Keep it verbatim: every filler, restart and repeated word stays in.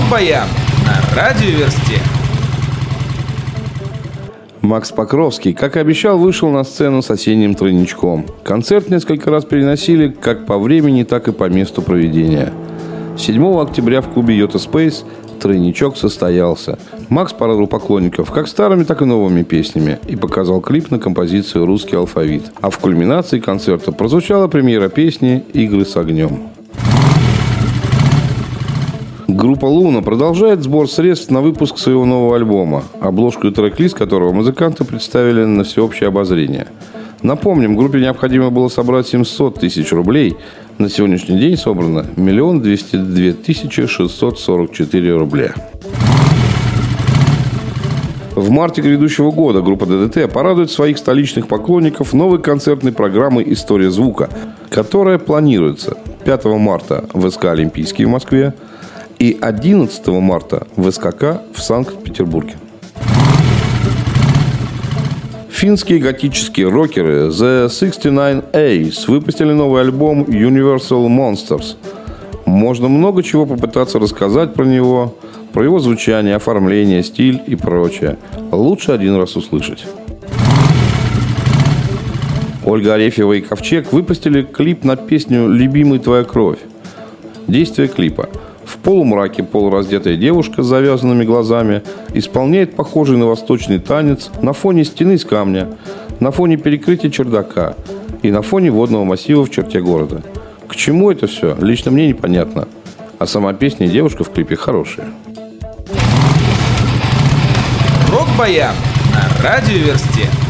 Рок-баян на Радиоверсте. Макс Покровский, как и обещал, вышел на сцену с осенним тройничком. Концерт несколько раз переносили как по времени, так и по месту проведения. седьмого октября в клубе Йота Спейс тройничок состоялся. Макс порадовал поклонников как старыми, так и новыми песнями и показал клип на композицию «Русский алфавит». А в кульминации концерта прозвучала премьера песни «Игры с огнем». Группа «Луна» продолжает сбор средств на выпуск своего нового альбома, обложку и трек-лист которого музыканты представили на всеобщее обозрение. Напомним, группе необходимо было собрать семьсот тысяч рублей. На сегодняшний день собрано миллион двести две тысячи шестьсот сорок четыре рубля. В марте грядущего года группа ДДТ порадует своих столичных поклонников новой концертной программой «История звука», которая планируется пятого марта в СК «Олимпийский» в Москве и одиннадцатого марта в СКК в Санкт-Петербурге. Финские готические рокеры The шестьдесят девять Ace выпустили новый альбом Universal Monsters. Можно много чего попытаться рассказать про него, про его звучание, оформление, стиль и прочее. Лучше один раз услышать. Ольга Арефьева и Ковчег выпустили клип на песню «Любимый, твоя кровь». Действие клипа. В полумраке полураздетая девушка с завязанными глазами исполняет похожий на восточный танец на фоне стены из камня, на фоне перекрытия чердака и на фоне водного массива в черте города. К чему это все, лично мне непонятно. А сама песня и девушка в клипе хорошие. Рок-баян на Радиоверсте.